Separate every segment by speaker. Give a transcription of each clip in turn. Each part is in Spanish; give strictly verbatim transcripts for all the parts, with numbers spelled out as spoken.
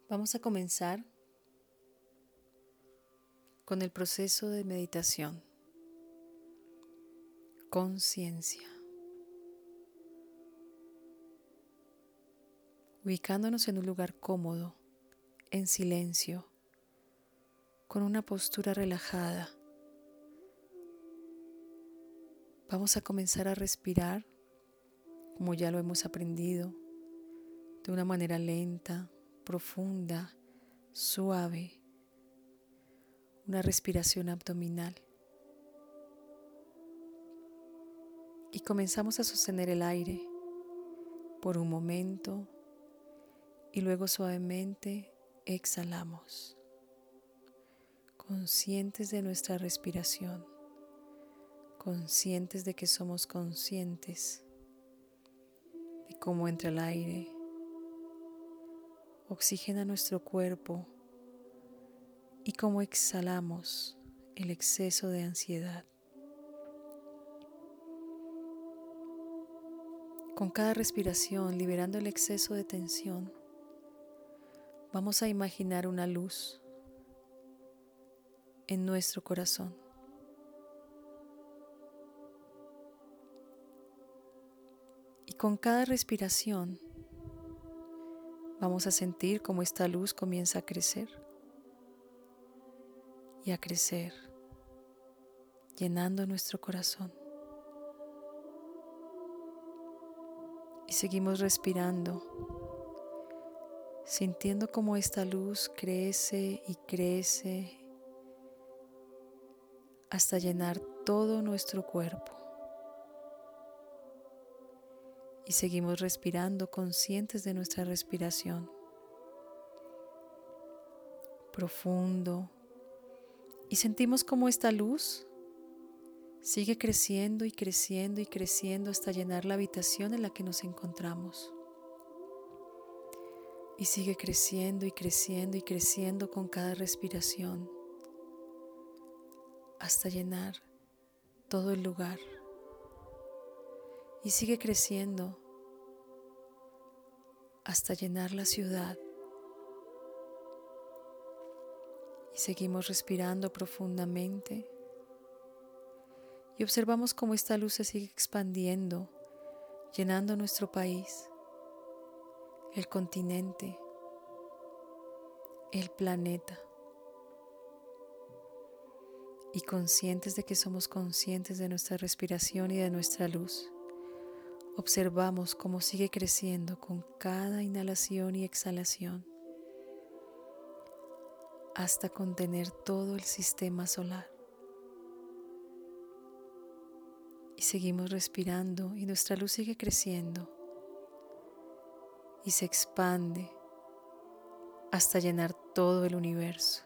Speaker 1: Vamos a comenzar con el proceso de meditación. Conciencia. Ubicándonos en un lugar cómodo, en silencio, con una postura relajada. Vamos a comenzar a respirar, como ya lo hemos aprendido, de una manera lenta, profunda, suave. Una respiración abdominal. Y comenzamos a sostener el aire por un momento y luego suavemente exhalamos, conscientes de nuestra respiración, conscientes de que somos conscientes de cómo entra el aire, oxigena nuestro cuerpo y cómo exhalamos el exceso de ansiedad. Con cada respiración, liberando el exceso de tensión, vamos a imaginar una luz en nuestro corazón. Y con cada respiración, vamos a sentir cómo esta luz comienza a crecer y a crecer, llenando nuestro corazón. Y seguimos respirando, sintiendo cómo esta luz crece y crece hasta llenar todo nuestro cuerpo. Y seguimos respirando, conscientes de nuestra respiración. Profundo. Y sentimos cómo esta luz sigue creciendo y creciendo y creciendo hasta llenar la habitación en la que nos encontramos. Y sigue creciendo y creciendo y creciendo con cada respiración hasta llenar todo el lugar. Y sigue creciendo hasta llenar la ciudad. Y seguimos respirando profundamente. Y observamos cómo esta luz se sigue expandiendo, llenando nuestro país, el continente, el planeta. Y conscientes de que somos conscientes de nuestra respiración y de nuestra luz, observamos cómo sigue creciendo con cada inhalación y exhalación hasta contener todo el sistema solar. Y seguimos respirando y nuestra luz sigue creciendo y se expande hasta llenar todo el universo.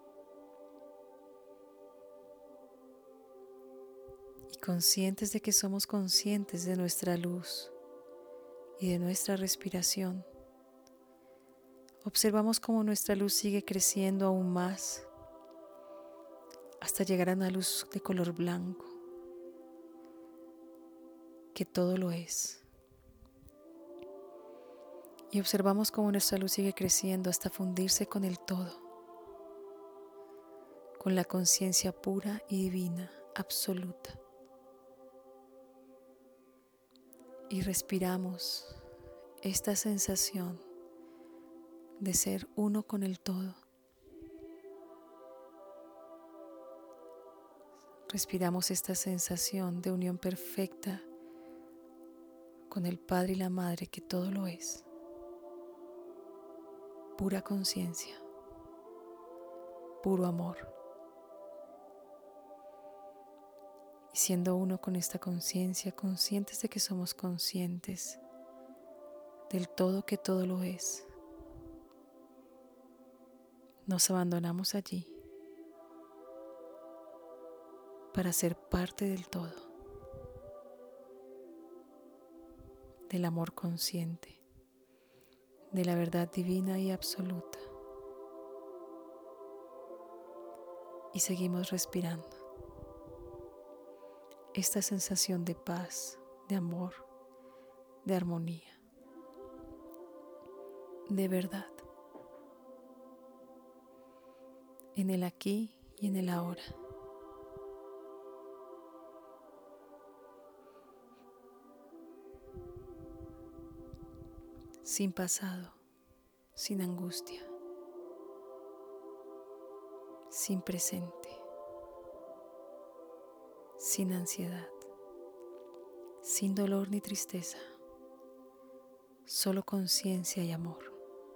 Speaker 1: Y conscientes de que somos conscientes de nuestra luz y de nuestra respiración, observamos cómo nuestra luz sigue creciendo aún más hasta llegar a una luz de color blanco, que todo lo es. Y observamos cómo nuestra luz sigue creciendo hasta fundirse con el todo, con la conciencia pura y divina, absoluta. Y respiramos esta sensación de ser uno con el todo. Respiramos esta sensación de unión perfecta con el Padre y la Madre, que todo lo es. Pura conciencia, puro amor. Y siendo uno con esta conciencia, conscientes de que somos conscientes del todo que todo lo es, nos abandonamos allí para ser parte del todo, del amor consciente, de la verdad divina y absoluta. Y seguimos respirando esta sensación de paz, de amor, de armonía, de verdad. en el aquí y en el ahora. Sin pasado, sin angustia, sin presente, sin ansiedad, sin dolor ni tristeza, solo conciencia y amor.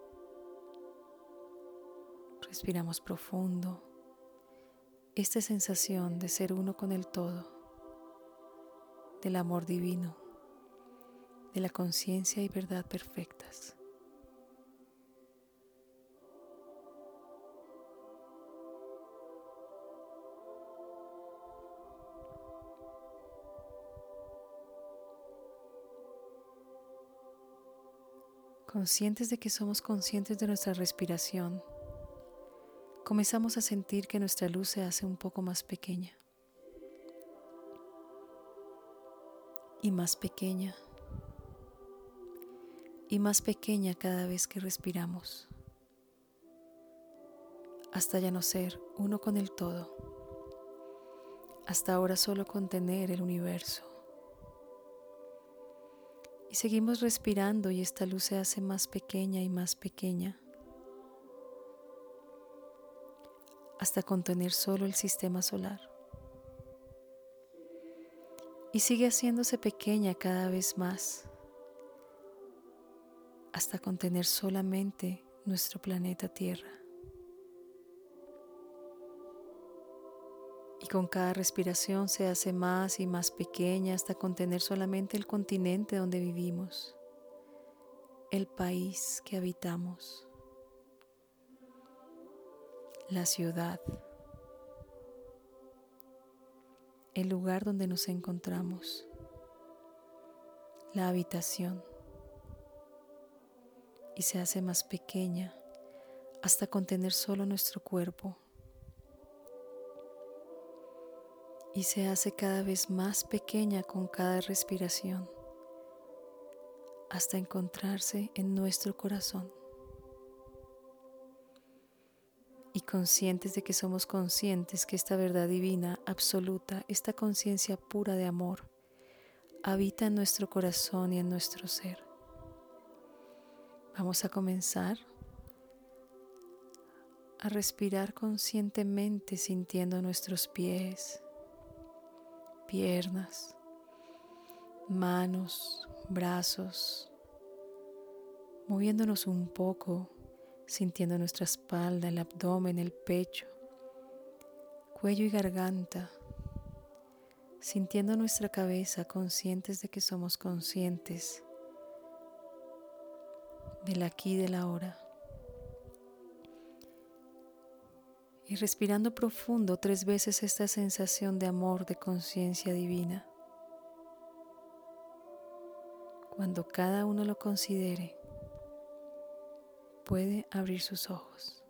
Speaker 1: Respiramos profundo esta sensación de ser uno con el todo, del amor divino, de la conciencia y verdad perfectas. Conscientes de que somos conscientes de nuestra respiración, comenzamos a sentir que nuestra luz se hace un poco más pequeña y más pequeña y más pequeña cada vez que respiramos, hasta ya no ser uno con el todo, hasta ahora solo contener el universo. Y seguimos respirando y esta luz se hace más pequeña y más pequeña, hasta contener solo el sistema solar. Y sigue haciéndose pequeña cada vez más, hasta contener solamente nuestro planeta Tierra. Y con cada respiración se hace más y más pequeña hasta contener solamente el continente donde vivimos, el país que habitamos, la ciudad, el lugar donde nos encontramos, la habitación. Y se hace más pequeña hasta contener solo nuestro cuerpo. Y se hace cada vez más pequeña con cada respiración, hasta encontrarse en nuestro corazón. Y conscientes de que somos conscientes que esta verdad divina, absoluta, esta conciencia pura de amor, habita en nuestro corazón y en nuestro ser. Vamos a comenzar a respirar conscientemente, sintiendo nuestros pies, piernas, manos, brazos, moviéndonos un poco, sintiendo nuestra espalda, el abdomen, el pecho, cuello y garganta, sintiendo nuestra cabeza, conscientes de que somos conscientes del aquí y del ahora. Y respirando profundo tres veces esta sensación de amor, de conciencia divina. Cuando cada uno lo considere, puede abrir sus ojos.